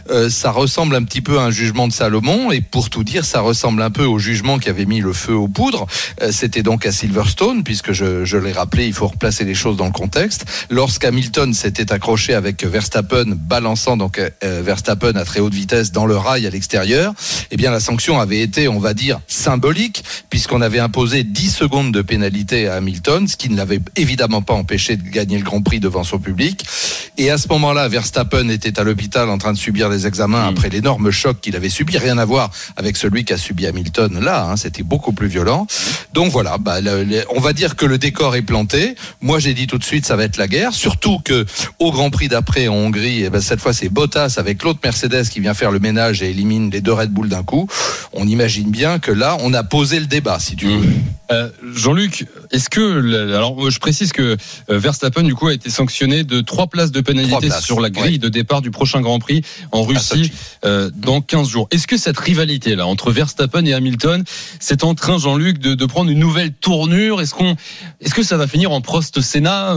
Ça ressemble un petit peu à un jugement de Salomon, et pour tout dire, ça ressemble un peu au jugement qui avait mis le feu aux poudres. C'était donc à Silverstone, puisque je l'ai rappelé, il faut replacer les choses dans le contexte. Lorsqu'Hamilton s'était accroché avec Verstappen, balançant donc Verstappen à très haute vitesse dans le rail à l'extérieur, eh bien la sanction avait été, on va dire, symbolique, puisqu'on avait imposé 10 secondes de pénalité à Hamilton, ce qui ne l'avait évidemment pas empêché de gagner le Grand Prix devant son public. Et à ce moment-là, Verstappen était à l'hôpital en train de subir des examens après l'énorme choc qu'il avait subi. Rien à voir avec celui qu'a subi Hamilton là, c'était beaucoup plus violent. Donc voilà, on va dire que le décor est planté. Moi j'ai dit tout de suite, ça va être la guerre. Surtout que au Grand Prix d'après en Hongrie, cette fois c'est Bottas avec l'autre Mercedes qui vient faire le ménage et élimine les deux Red Bull d'un coup. On imagine bien que là, on a posé le débat, si tu veux. Jean-Luc, est-ce que... Alors, je précise que Verstappen, du coup, a été sanctionné de 3 places de pénalité sur la grille de départ du prochain Grand Prix en Russie dans 15 jours. Est-ce que cette rivalité-là entre Verstappen et Hamilton, c'est en train, Jean-Luc, de prendre une nouvelle tournure? Est-ce que ça va finir en Prost-Senna,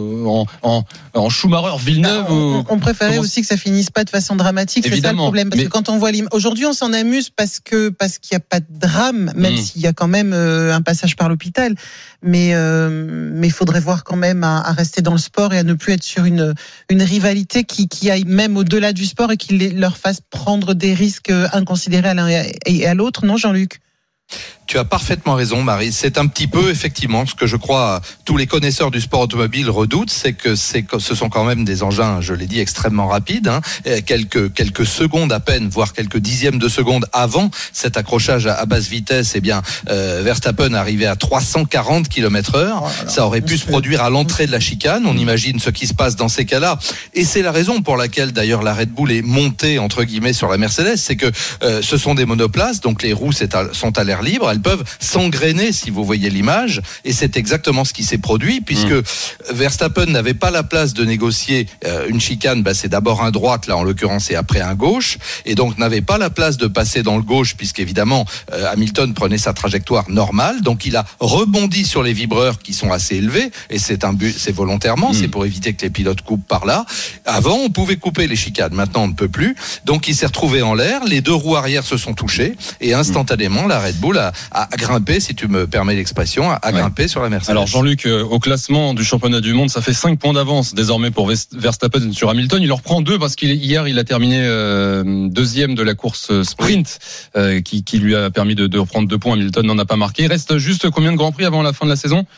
en Schumacher-Villeneuve? On préférait aussi que ça finisse pas de façon dramatique. C'est ça le problème. Parce que quand on voit aujourd'hui, on s'en amuse parce qu'il n'y a pas de drame, même s'il y a quand même un passage par l'hôpital. Mais il faudrait voir quand même à rester dans le sport et à ne plus être sur une rivalité qui aille même au-delà du sport et qui leur fasse prendre des risques inconsidérés à l'un et à l'autre, non Jean-Luc ? Tu as parfaitement raison, Marie. C'est un petit peu, effectivement, ce que je crois tous les connaisseurs du sport automobile redoutent, c'est que ce sont quand même des engins, je l'ai dit, extrêmement rapides, hein, quelques secondes à peine, voire quelques dixièmes de seconde avant cet accrochage à basse vitesse. Eh bien, Verstappen arrivait à 340 km/h. Ça aurait pu se produire à l'entrée de la chicane. On imagine ce qui se passe dans ces cas-là. Et c'est la raison pour laquelle, d'ailleurs, la Red Bull est montée, entre guillemets, sur la Mercedes. C'est que ce sont des monoplaces, donc les roues sont à l'air libre. Elles peuvent s'engrainer, si vous voyez l'image, et c'est exactement ce qui s'est produit, puisque Verstappen n'avait pas la place de négocier une chicane, c'est d'abord un droite, là en l'occurrence, et après un gauche, et donc n'avait pas la place de passer dans le gauche, puisqu'évidemment Hamilton prenait sa trajectoire normale, donc il a rebondi sur les vibreurs qui sont assez élevés, et c'est volontairement, c'est pour éviter que les pilotes coupent par là. Avant, on pouvait couper les chicanes, maintenant on ne peut plus, donc il s'est retrouvé en l'air, les deux roues arrière se sont touchées, et instantanément la Red Bull a grimpé, si tu me permets l'expression, a grimpé sur la Mercedes. Alors Jean-Luc, au classement du championnat du monde, ça fait 5 points d'avance désormais pour Verstappen sur Hamilton. Il en reprend 2 parce qu'hier il a terminé deuxième de la course sprint, qui lui a permis de reprendre 2 points. Hamilton n'en a pas marqué. Il reste juste combien de Grands Prix avant la fin de la saison?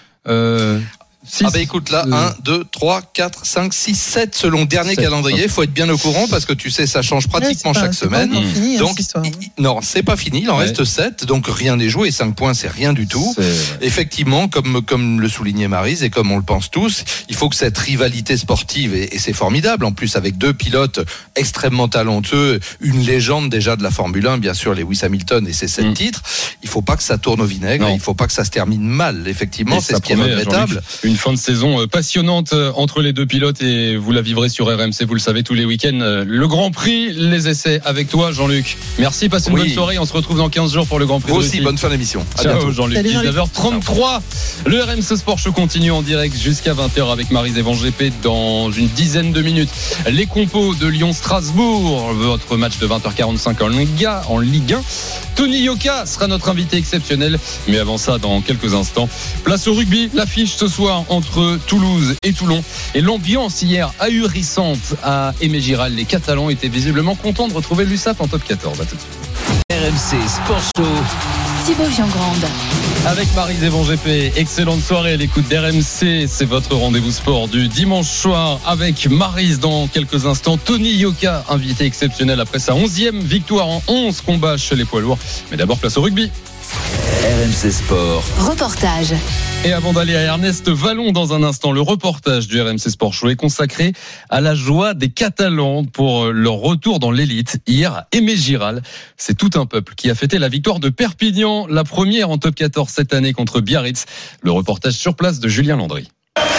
6. Écoute là, 1, 2, 3, 4, 5, 6, 7 selon le dernier 7. calendrier. Il faut être bien au courant parce que tu sais, ça change pratiquement chaque semaine. Fini, donc, non, c'est pas fini. Il en reste 7. Donc rien n'est joué. 5 points, c'est rien du tout. Effectivement, comme le soulignait Maryse et comme on le pense tous, il faut que cette rivalité sportive, et c'est formidable, en plus avec 2 pilotes extrêmement talentueux, une légende déjà de la Formule 1, bien sûr, Lewis Hamilton et ses 7 titres. Il faut pas que ça tourne au vinaigre. Il faut pas que ça se termine mal. Effectivement, c'est ce qui est regrettable. Une fin de saison passionnante entre les deux pilotes et vous la vivrez sur RMC, vous le savez, tous les week-ends. Le Grand Prix, les essais avec toi, Jean-Luc. Merci, passez une bonne soirée. On se retrouve dans 15 jours pour le Grand Prix. Vous aussi, bonne fin d'émission. Ciao, Jean-Luc. 19h33. Le RMC Sport Show continue en direct jusqu'à 20h avec Maryse et Van GP dans une dizaine de minutes. Les compos de Lyon-Strasbourg, votre match de 20h45 en Ligue 1. Tony Yoka sera notre invité exceptionnel. Mais avant ça, dans quelques instants, place au rugby. L'affiche ce soir entre Toulouse et Toulon. Et l'ambiance hier ahurissante à Aimé-Giral. Les Catalans étaient visiblement contents de retrouver l'USAP en top 14. À tout de suite. RMC Sport Show. Thibaut Giangrande. Avec Maryse et Van GP, excellente soirée à l'écoute d'RMC. C'est votre rendez-vous sport du dimanche soir avec Maryse dans quelques instants. Tony Yoka, invité exceptionnel après sa 11e victoire en 11 combats chez les poids lourds. Mais d'abord, place au rugby. RMC Sport. Reportage. Et avant d'aller à Ernest Vallon dans un instant, le reportage du RMC Sport Show est consacré à la joie des Catalans pour leur retour dans l'élite. Hier à Aimé-Giral, c'est tout un peuple qui a fêté la victoire de Perpignan, la première en top 14 cette année contre Biarritz. Le reportage sur place de Julien Landry.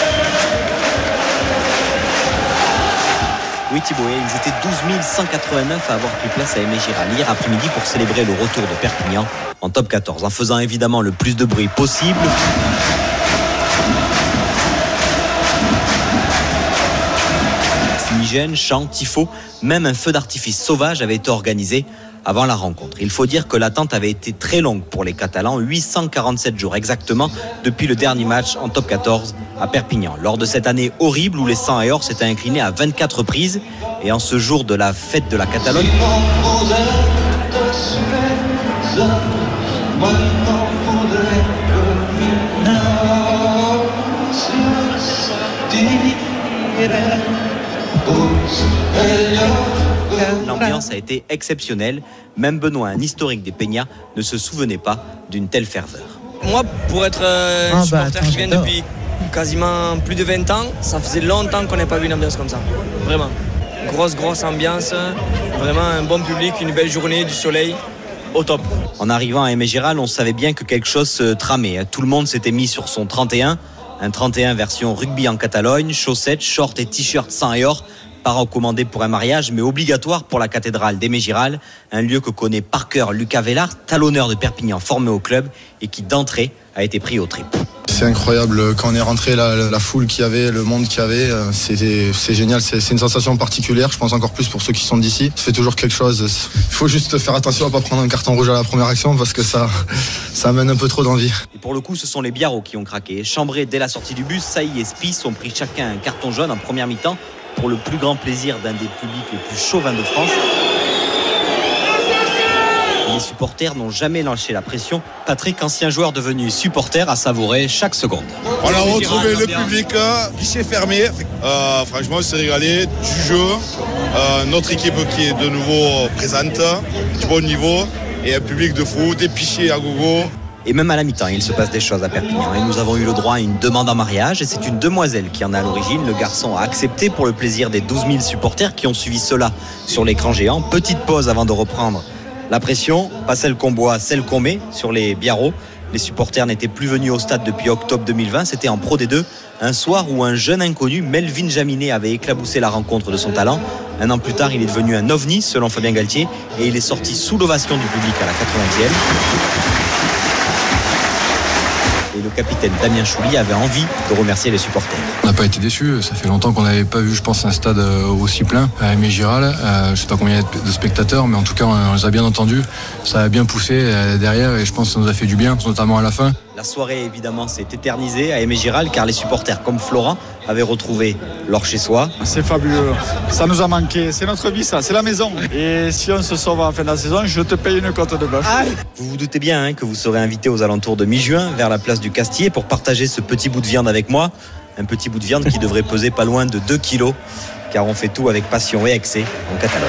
Oui Thibaut, ils étaient 12 189 à avoir pris place à Aimé-Giral hier après-midi pour célébrer le retour de Perpignan en top 14, en faisant évidemment le plus de bruit possible. Fumigène, chants, tifos, même un feu d'artifice sauvage avait été organisé avant la rencontre. Il faut dire que l'attente avait été très longue pour les Catalans, 847 jours exactement depuis le dernier match en top 14 à Perpignan. Lors de cette année horrible où les 100 et or s'étaient inclinés à 24 reprises et en ce jour de la fête de la Catalogne. L'ambiance a été exceptionnelle. Même Benoît, un historique des Peñas, ne se souvenait pas d'une telle ferveur. Moi, pour être supporter, je viens depuis quasiment plus de 20 ans. Ça faisait longtemps qu'on n'ait pas vu une ambiance comme ça. Vraiment. Grosse ambiance. Vraiment un bon public, une belle journée, du soleil. Au top. En arrivant à Aimé-Giral, on savait bien que quelque chose se tramait. Tout le monde s'était mis sur son 31. Un 31 version rugby en Catalogne, chaussettes, shorts et t-shirts 100 et or. Pas recommandé pour un mariage, mais obligatoire pour la cathédrale d'Aimé-Giral, un lieu que connaît par cœur Lucas Vellard, talonneur de Perpignan formé au club et qui d'entrée a été pris aux tripes. C'est incroyable, quand on est rentré, la foule qu'il y avait, le monde qu'il y avait, c'est génial, c'est une sensation particulière, je pense encore plus pour ceux qui sont d'ici. Ça fait toujours quelque chose, il faut juste faire attention à ne pas prendre un carton rouge à la première action parce que ça amène un peu trop d'envie. Et pour le coup, ce sont les Biarros qui ont craqué. Chambrés dès la sortie du bus, Saï et Spies ont pris chacun un carton jaune en première mi-temps pour le plus grand plaisir d'un des publics les plus chauvins de France. Les supporters n'ont jamais lâché la pression. Patrick, ancien joueur devenu supporter, a savouré chaque seconde. On a retrouvé le public, guichet fermé. Franchement, on s'est régalé du jeu. Notre équipe qui est de nouveau présente, du bon niveau, et un public de fou, des pichets à gogo. Et même à la mi-temps, il se passe des choses à Perpignan. Et nous avons eu le droit à une demande en mariage. Et c'est une demoiselle qui en est à l'origine. Le garçon a accepté pour le plaisir des 12 000 supporters qui ont suivi cela sur l'écran géant. Petite pause avant de reprendre la pression. Pas celle qu'on boit, celle qu'on met sur les biarros. Les supporters n'étaient plus venus au stade depuis octobre 2020. C'était en Pro D2. Un soir où un jeune inconnu, Melvin Jaminet, avait éclaboussé la rencontre de son talent. Un an plus tard, il est devenu un ovni, selon Fabien Galtier. Et il est sorti sous l'ovation du public à la 80e. Et le capitaine Damien Chouli avait envie de remercier les supporters. On n'a pas été déçus, ça fait longtemps qu'on n'avait pas vu, je pense, un stade aussi plein à Aimé Giral. Je ne sais pas combien il y a de spectateurs, mais en tout cas on les a bien entendus, ça a bien poussé derrière et je pense que ça nous a fait du bien, notamment à la fin. La soirée évidemment s'est éternisée à Aimé Giral car les supporters comme Florent avaient retrouvé leur chez-soi. C'est fabuleux, ça nous a manqué, c'est notre vie ça, c'est la maison. Et si on se sauve à la fin de la saison, je te paye une côte de bœuf. Vous vous doutez bien que vous serez invité aux alentours de mi-juin vers la place du Castier pour partager ce petit bout de viande avec moi. Un petit bout de viande qui devrait peser pas loin de 2 kilos car on fait tout avec passion et excès en Catalogne.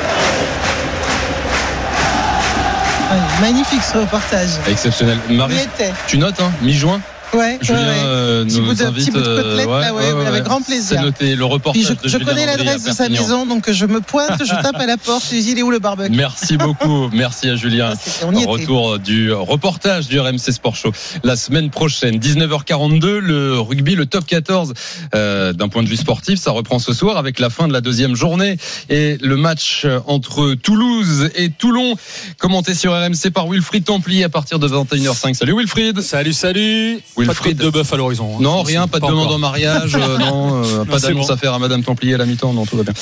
Magnifique ce reportage. Exceptionnel. Marie, tu notes, mi-juin? Ouais, Julien nous invite. Petit bout de côtelette, avec grand plaisir. C'est noté, le reportage je connais l'adresse de sa maison, donc je me pointe, je tape à la porte, je dis il est où le barbecue. Merci beaucoup, merci à Julien. Retour du reportage du RMC Sport Show la semaine prochaine, 19h42, le rugby, le top 14 d'un point de vue sportif, ça reprend ce soir avec la fin de la deuxième journée et le match entre Toulouse et Toulon, commenté sur RMC par Wilfried Templier à partir de 21h05. Salut Wilfried. Salut. Wilfried. Pas de bœuf à l'horizon. Non, rien, pas de demande en mariage, pas d'annonce à faire à Madame Templier à la mi-temps, non, tout va bien.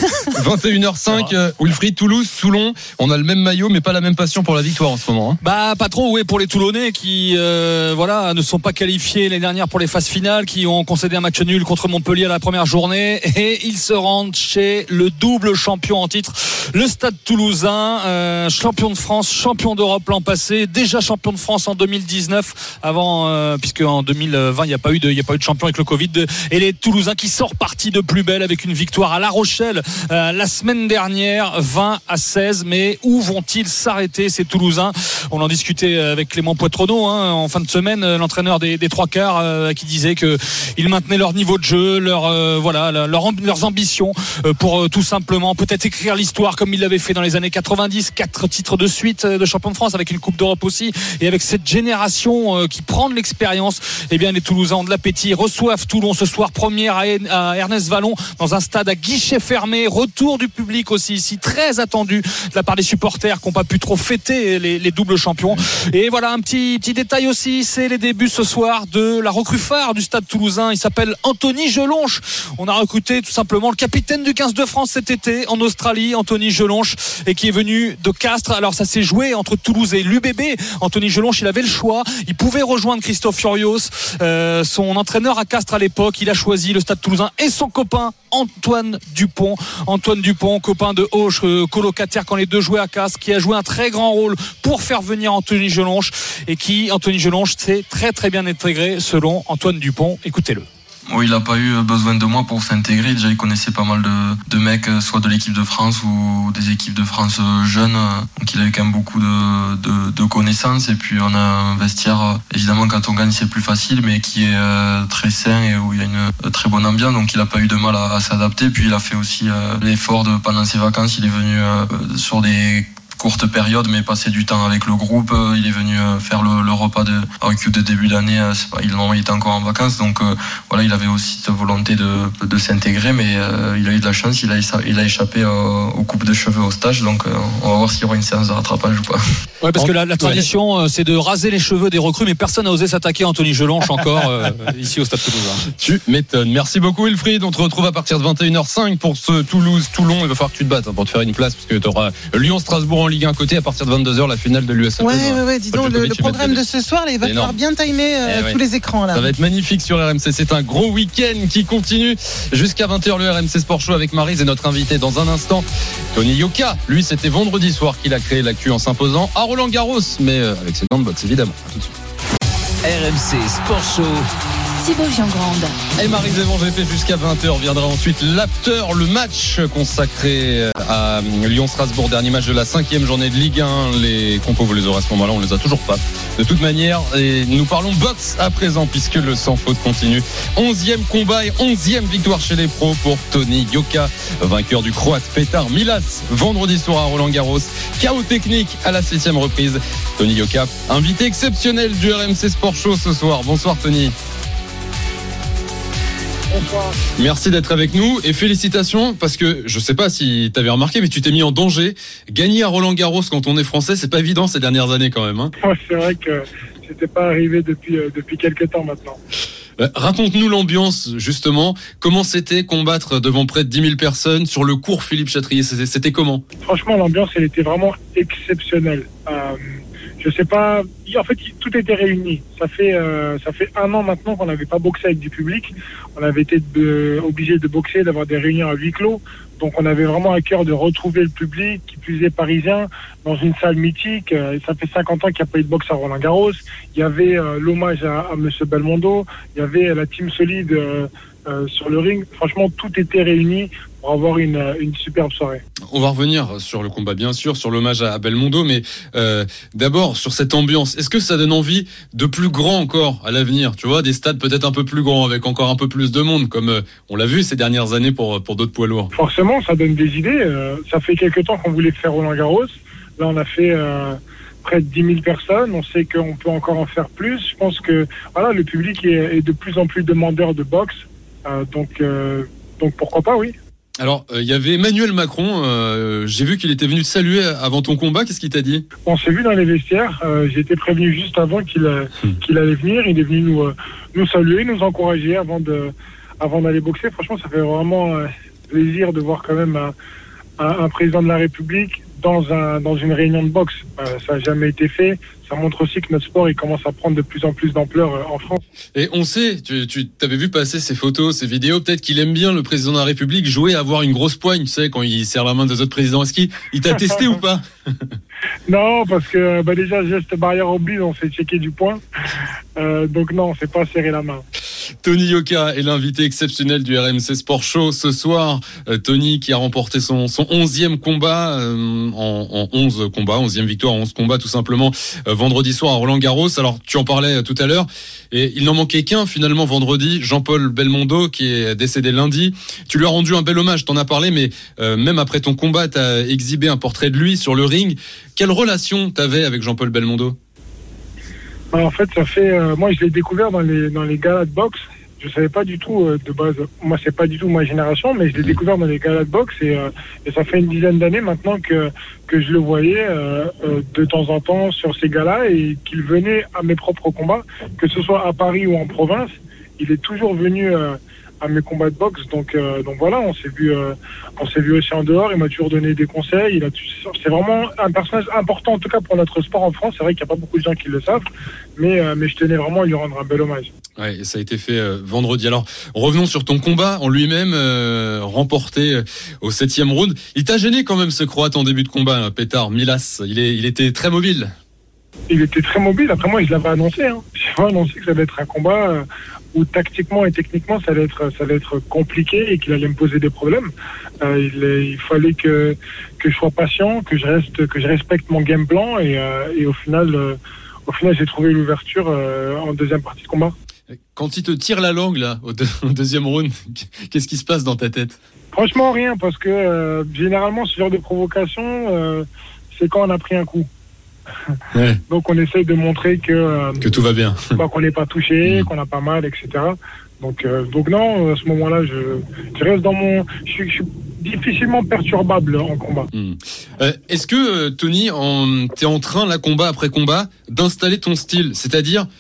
21h05, Wilfried, Toulouse, Toulon, on a le même maillot, mais pas la même passion pour la victoire en ce moment. Pas trop, pour les Toulonnais qui, ne sont pas qualifiés l'année dernière pour les phases finales, qui ont concédé un match nul contre Montpellier à la première journée, et ils se rendent chez le double champion en titre, le Stade Toulousain, champion de France, champion d'Europe l'an passé, déjà champion de France en 2019, puisque en 2020 il n'y a pas eu de champion avec le Covid, et les Toulousains qui sortent partis de plus belle avec une victoire à La Rochelle la semaine dernière, 20-16. Mais où vont-ils s'arrêter ces Toulousains? On en discutait avec Clément Poitronneau en fin de semaine, l'entraîneur des trois quarts, qui disait que ils maintenaient leur niveau de jeu, leurs ambitions pour tout simplement peut-être écrire l'histoire comme ils l'avaient fait dans les années 90, 4 titres de suite de champion de France avec une Coupe d'Europe aussi, et avec cette génération qui prend de l'expérience. Eh bien les Toulousains ont de l'appétit, reçoivent Toulon ce soir, première à Ernest Vallon dans un stade à guichet fermé, retour du public aussi ici, très attendu de la part des supporters qui n'ont pas pu trop fêter les doubles champions. Et voilà un petit détail aussi, c'est les débuts ce soir de la recrue phare du stade toulousain, il s'appelle Anthony Gelonche. On a recruté tout simplement le capitaine du 15 de France cet été en Australie, Anthony Gelonche, et qui est venu de Castres. Alors ça s'est joué entre Toulouse et l'UBB. Anthony Gelonche, il avait le choix, il pouvait rejoindre Christophe Furios, son entraîneur à Castres à l'époque. Il a choisi le stade toulousain et son copain Antoine Dupont, copain de Auch, colocataire quand les deux jouaient à Castres, qui a joué un très grand rôle pour faire venir Anthony Gelonche, et Anthony Gelonche s'est très très bien intégré selon Antoine Dupont. Écoutez-le. Oui, il n'a pas eu besoin de moi pour s'intégrer. Déjà, il connaissait pas mal de mecs, soit de l'équipe de France ou des équipes de France jeunes. Donc, il a eu quand même beaucoup de connaissances. Et puis, on a un vestiaire, évidemment, quand on gagne, c'est plus facile, mais qui est très sain et où il y a une très bonne ambiance. Donc, il n'a pas eu de mal à s'adapter. Puis, il a fait aussi l'effort pendant ses vacances. Il est venu sur des courte période, mais passer du temps avec le groupe. Il est venu faire le repas de barbecue de début d'année. Il était encore en vacances, donc il avait aussi cette volonté de s'intégrer, mais il a eu de la chance. Il a échappé aux coupes de cheveux au stage, donc on va voir s'il y aura une séance de rattrapage ou pas. Ouais, parce que la tradition, c'est de raser les cheveux des recrues, mais personne n'a osé s'attaquer à Anthony Gelonche encore ici au Stade Toulousain. Tu m'étonnes. Merci beaucoup Wilfried. On te retrouve à partir de 21h05 pour ce Toulouse-Toulon. Il va falloir que tu te battes pour te faire une place, parce que tu auras Lyon-Strasbourg en Ligue 1 à côté à partir de 22h, la finale de l'US Open. Ouais, dis donc, le programme de ce soir, là, il va falloir bien timer tous les écrans, là. Ça va être magnifique sur RMC. C'est un gros week-end qui continue jusqu'à 20h, le RMC Sport Show avec Maryse et notre invité dans un instant, Tony Yoka. Lui, c'était vendredi soir qu'il a créé l'actu en s'imposant à Roland Garros, mais avec ses gants de boxe, évidemment. À tout de suite. RMC Sport Show. Thibaut Giangrande. Et Maryse Evon GP jusqu'à 20h. Viendra ensuite l'after, le match consacré à Lyon-Strasbourg, dernier match de la 5e journée de Ligue 1. Les compos, vous les aurez à ce moment-là, on les a toujours pas. De toute manière, et nous parlons boxe à présent puisque le sans faute continue. 11e combat et 11e victoire chez les pros pour Tony Yoka, vainqueur du Croate Petar Milas vendredi soir à Roland-Garros. Chaos technique à la 7e reprise. Tony Yoka, invité exceptionnel du RMC Sport Show ce soir. Bonsoir Tony. Bonsoir. Merci d'être avec nous et félicitations parce que je sais pas si tu avais remarqué mais tu t'es mis en danger. Gagner à Roland-Garros quand on est français, c'est pas évident ces dernières années quand même. Ouais, c'est vrai que c'était pas arrivé depuis quelques temps maintenant. Raconte-nous l'ambiance justement. Comment c'était combattre devant près de 10 000 personnes sur le cours Philippe Chatrier? C'était comment? Franchement, l'ambiance elle était vraiment exceptionnelle. Je sais pas, en fait tout était réuni. Ça fait 1 an maintenant qu'on n'avait pas boxé avec du public. On avait été obligé de boxer, d'avoir des réunions à huis clos. Donc on avait vraiment à cœur de retrouver le public, qui plus est parisien, dans une salle mythique. Ça fait 50 ans qu'il n'y a pas eu de boxe à Roland-Garros. Il y avait l'hommage à Monsieur Belmondo. Il y avait la team solide sur le ring. Franchement, tout était réuni pour avoir une superbe soirée. On va revenir sur le combat, bien sûr, sur l'hommage à Belmondo, mais d'abord sur cette ambiance. Est-ce que ça donne envie de plus grand encore à l'avenir? Tu vois, des stades peut-être un peu plus grands, avec encore un peu plus de monde, comme on l'a vu ces dernières années pour d'autres poids lourds. Forcément, ça donne des idées. Ça fait quelques temps qu'on voulait faire Roland-Garros. Là, on a fait près de 10 000 personnes. On sait qu'on peut encore en faire plus. Je pense que voilà, le public est de plus en plus demandeur de boxe. Donc pourquoi pas, oui. Alors, il y avait Emmanuel Macron, j'ai vu qu'il était venu te saluer avant ton combat, qu'est-ce qu'il t'a dit? On s'est vu dans les vestiaires, j'ai été prévenu juste avant qu'il allait venir, il est venu nous saluer, nous encourager avant d'aller boxer. Franchement, ça fait vraiment plaisir de voir quand même un président de la République dans une réunion de boxe. Ça n'a jamais été fait. Ça montre aussi que notre sport il commence à prendre de plus en plus d'ampleur en France. Et on sait, tu t'avais vu passer ces photos, ces vidéos, peut-être qu'il aime bien le président de la République jouer à avoir une grosse poigne, tu sais, quand il serre la main des autres présidents. Est-ce qu'il t'a testé ou pas? Non, parce que déjà, geste barrière oblige, on s'est checké du poing. Donc non, on s'est pas serré la main. Tony Yoka est l'invité exceptionnel du RMC Sport Show ce soir. Tony qui a remporté son 11e combat en 11 combats, 11e victoire en 11 combats tout simplement vendredi soir à Roland-Garros. Alors tu en parlais tout à l'heure et il n'en manquait qu'un finalement vendredi, Jean-Paul Belmondo qui est décédé lundi. Tu lui as rendu un bel hommage, t'en as parlé, mais même après ton combat t'as exhibé un portrait de lui sur le ring. Quelle relation t'avais avec Jean-Paul Belmondo? En fait, moi je l'ai découvert dans les galas de boxe. Je savais pas du tout de base. Moi, c'est pas du tout ma génération, mais je l'ai découvert dans les galas de boxe et ça fait une dizaine d'années maintenant que je le voyais de temps en temps sur ces galas et qu'il venait à mes propres combats, que ce soit à Paris ou en province. Il est toujours venu à mes combats de boxe, donc voilà, on s'est vu aussi en dehors. Il m'a toujours donné des conseils. C'est vraiment un personnage important en tout cas pour notre sport en France. C'est vrai qu'il n'y a pas beaucoup de gens qui le savent, mais je tenais vraiment à lui rendre un bel hommage. Ouais, et ça a été fait vendredi. Alors revenons sur ton combat en lui-même, remporté au 7e round. Il t'a gêné quand même ce Croate en début de combat, Petar Milas. Il était très mobile. Il était très mobile. Après moi, je l'avais annoncé. J'ai annoncé que ça allait être un combat où tactiquement et techniquement ça allait être compliqué et qu'il allait me poser des problèmes. Il fallait que je sois patient, que je respecte mon game plan et au final j'ai trouvé l'ouverture en deuxième partie de combat. Quand il te tire la langue là au deuxième round, qu'est-ce qui se passe dans ta tête? Franchement rien, parce que généralement ce genre de provocation c'est quand on a pris un coup. Ouais. Donc on essaye de montrer que tout va bien, qu'on n'est pas touché, qu'on n'a pas mal, etc. Donc non, à ce moment-là, je reste je suis difficilement perturbable en combat. Est-ce que Tony, t'es en train là combat après combat d'installer ton style, c'est-à-dire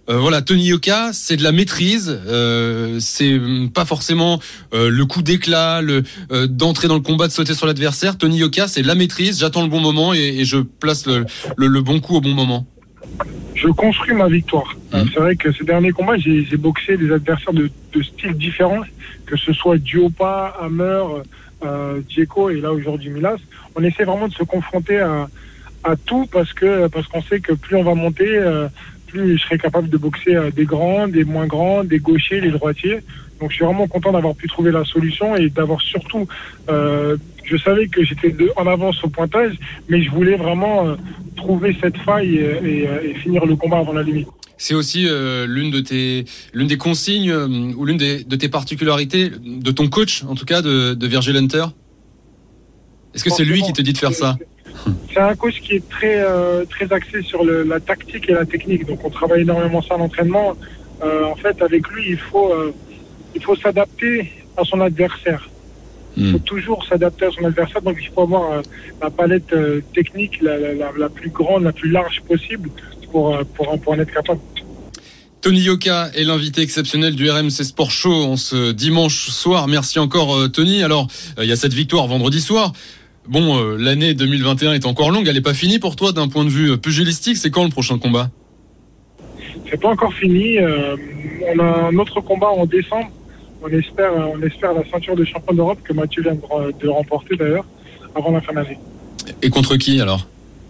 voilà, Tony Yoka, c'est de la maîtrise, c'est pas forcément le coup d'éclat, d'entrer dans le combat, de sauter sur l'adversaire. Tony Yoka, c'est de la maîtrise, j'attends le bon moment et je place le bon coup au bon moment. Je construis ma victoire. C'est vrai que ces derniers combats, j'ai boxé des adversaires de styles différents, que ce soit Duopa, Hammer, Dzeko et là aujourd'hui Milas. On essaie vraiment de se confronter à tout parce qu'on sait que plus on va monter, plus je serai capable de boxer des grands, des moins grands, des gauchers, des droitiers. Donc je suis vraiment content d'avoir pu trouver la solution et d'avoir surtout... je savais que j'étais en avance au pointage, mais je voulais vraiment trouver cette faille et finir le combat avant la limite. C'est aussi l'une des consignes ou l'une de tes particularités de ton coach, en tout cas de Virgil Hunter. Est-ce que c'est lui qui te dit de faire ça? C'est un coach qui est très axé sur la tactique et la technique. Donc on travaille énormément ça à l'entraînement. En fait, avec lui, il faut s'adapter à son adversaire. Il faut toujours s'adapter à son adversaire. Donc il faut avoir la palette technique la plus grande, la plus large possible pour en être capable. Tony Yoka est l'invité exceptionnel du RMC Sport Show en ce dimanche soir. Merci encore Tony. Alors, il y a cette victoire vendredi soir. Bon, l'année 2021 est encore longue, elle n'est pas finie pour toi d'un point de vue pugilistique. C'est quand le prochain combat? C'est pas encore fini. On a un autre combat en décembre. On espère la ceinture de champion d'Europe que Mathieu vient de remporter d'ailleurs avant la fin de l'année. Et contre qui alors?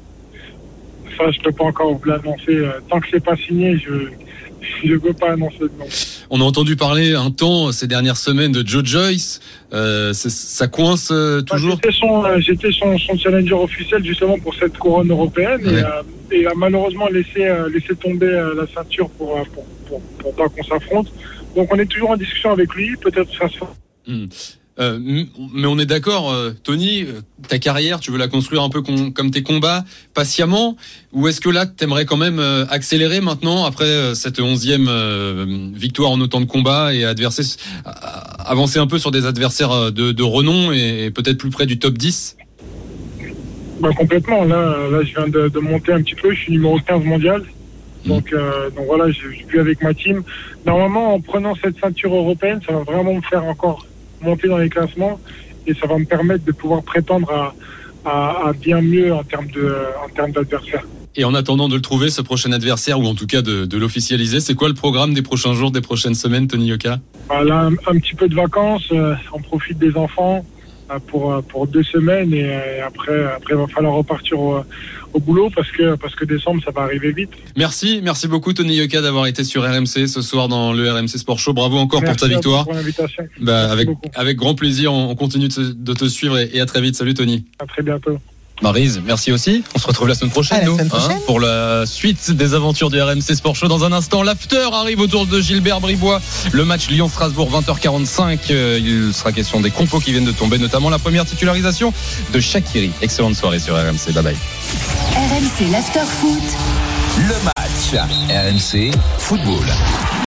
Ça, je peux pas encore vous l'annoncer. Tant que c'est pas signé, je ne peux pas annoncer de nom. On a entendu parler un temps ces dernières semaines de Joe Joyce. Ça coince toujours. J'étais son challenger officiel justement pour cette couronne européenne et a malheureusement laissé tomber la ceinture pour pas qu'on s'affronte. Donc on est toujours en discussion avec lui. Peut-être ça se fera. Mais on est d'accord, Tony, ta carrière, tu veux la construire un peu comme tes combats, patiemment, ou est-ce que là, t'aimerais quand même accélérer maintenant, après cette 11e victoire en autant de combats, et avancer un peu sur des adversaires de renom et peut-être plus près du top 10? Complètement, là je viens de monter un petit peu, je suis numéro 15 mondial. Donc voilà, je suis plus avec ma team. Normalement, en prenant cette ceinture européenne, ça va vraiment me faire encore monter dans les classements et ça va me permettre de pouvoir prétendre à bien mieux en termes d'adversaire. Et en attendant de le trouver, ce prochain adversaire, ou en tout cas de l'officialiser, c'est quoi le programme des prochains jours, des prochaines semaines, Tony Yoka? Là, un petit peu de vacances, on profite des enfants pour 2 semaines et après il va falloir repartir au boulot parce que décembre ça va arriver vite. Merci beaucoup Tony Yoka d'avoir été sur RMC ce soir dans le RMC Sport Show. Bravo encore pour ta victoire. Merci pour l'invitation. Avec grand plaisir, on continue de te suivre et à très vite. Salut Tony. À très bientôt. Maryse, merci aussi. On se retrouve la semaine prochaine, pour la suite des aventures du RMC Sport Show. Dans un instant, l'after arrive autour de Gilbert Bribois. Le match Lyon-Strasbourg, 20h45. Il sera question des compos qui viennent de tomber, notamment la première titularisation de Shaqiri. Excellente soirée sur RMC. Bye bye. RMC l'after foot. Le match RMC Football.